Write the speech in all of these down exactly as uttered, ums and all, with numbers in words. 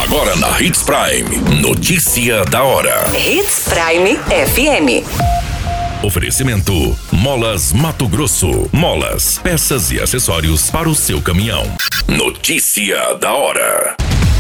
Agora na Hits Prime. Notícia da hora. Hits Prime F M. Oferecimento: Molas Mato Grosso. Molas, peças e acessórios para o seu caminhão. Notícia da hora.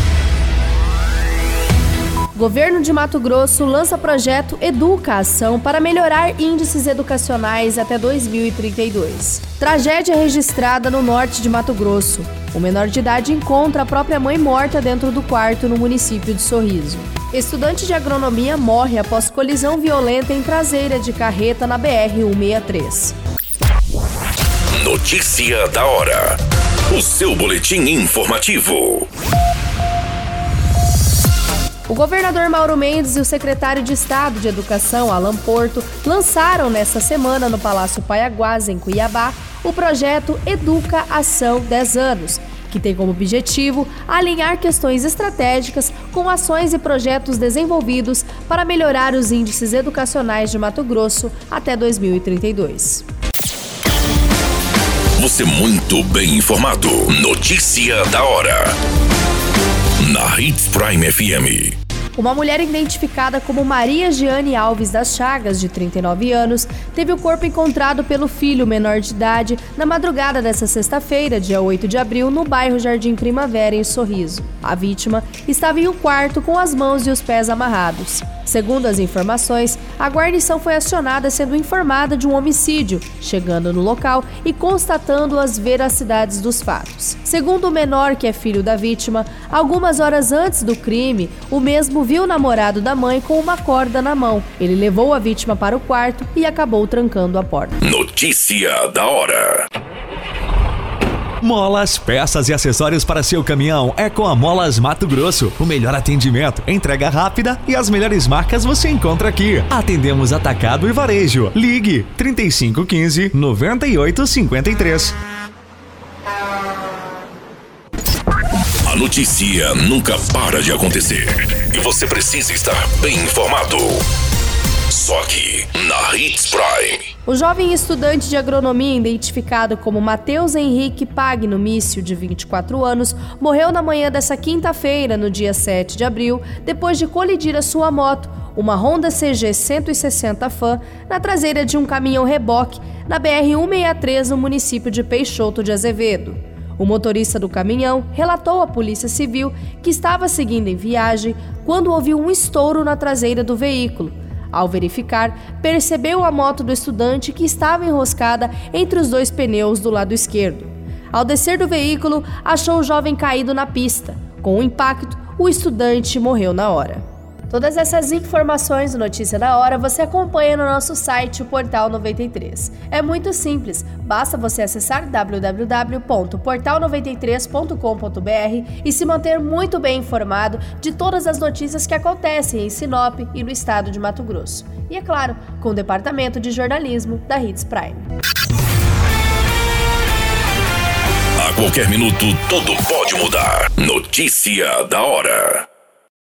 Governo de Mato Grosso lança projeto Educação para melhorar índices educacionais até dois mil e trinta e dois. Tragédia registrada no norte de Mato Grosso. O menor de idade encontra a própria mãe morta dentro do quarto no município de Sorriso. Estudante de agronomia morre após colisão violenta em traseira de carreta na B R cento e sessenta e três. Notícia da hora. O seu boletim informativo. O governador Mauro Mendes e o secretário de Estado de Educação, Alan Porto, lançaram nesta semana no Palácio Paiaguás, em Cuiabá, o projeto Educa Ação dez anos, que tem como objetivo alinhar questões estratégicas com ações e projetos desenvolvidos para melhorar os índices educacionais de Mato Grosso até dois mil e trinta e dois. Você muito bem informado. Notícia da hora. Na Hits Prime F M. Uma mulher identificada como Maria Giane Alves das Chagas, de trinta e nove anos, teve o corpo encontrado pelo filho menor de idade na madrugada desta sexta-feira, dia oito de abril, no bairro Jardim Primavera, em Sorriso. A vítima estava em um quarto com as mãos e os pés amarrados. Segundo as informações, a guarnição foi acionada sendo informada de um homicídio, chegando no local e constatando as veracidades dos fatos. Segundo o menor, que é filho da vítima, algumas horas antes do crime, o mesmo viu o namorado da mãe com uma corda na mão. Ele levou a vítima para o quarto e acabou trancando a porta. Notícia da hora. Molas, peças e acessórios para seu caminhão é com a Molas Mato Grosso. O melhor atendimento, entrega rápida e as melhores marcas você encontra aqui. Atendemos atacado e varejo. Ligue trinta e cinco quinze, noventa e oito cinquenta e três. A notícia nunca para de acontecer e você precisa estar bem informado. Só aqui na Hits Prime. O jovem estudante de agronomia identificado como Matheus Henrique Pagno Mício, de vinte e quatro anos, morreu na manhã dessa quinta-feira, no dia sete de abril, depois de colidir a sua moto, uma Honda C G cento e sessenta F A M, na traseira de um caminhão reboque na B R cento e sessenta e três, no município de Peixoto de Azevedo. O motorista do caminhão relatou à Polícia Civil que estava seguindo em viagem quando ouviu um estouro na traseira do veículo. Ao verificar, percebeu a moto do estudante que estava enroscada entre os dois pneus do lado esquerdo. Ao descer do veículo, achou o jovem caído na pista. Com o impacto, o estudante morreu na hora. Todas essas informações do Notícia da Hora você acompanha no nosso site, o Portal noventa e três. É muito simples, basta você acessar w w w ponto portal noventa e três ponto com ponto b r e se manter muito bem informado de todas as notícias que acontecem em Sinop e no estado de Mato Grosso. E é claro, com o Departamento de Jornalismo da Hits Prime. A qualquer minuto, tudo pode mudar. Notícia da hora.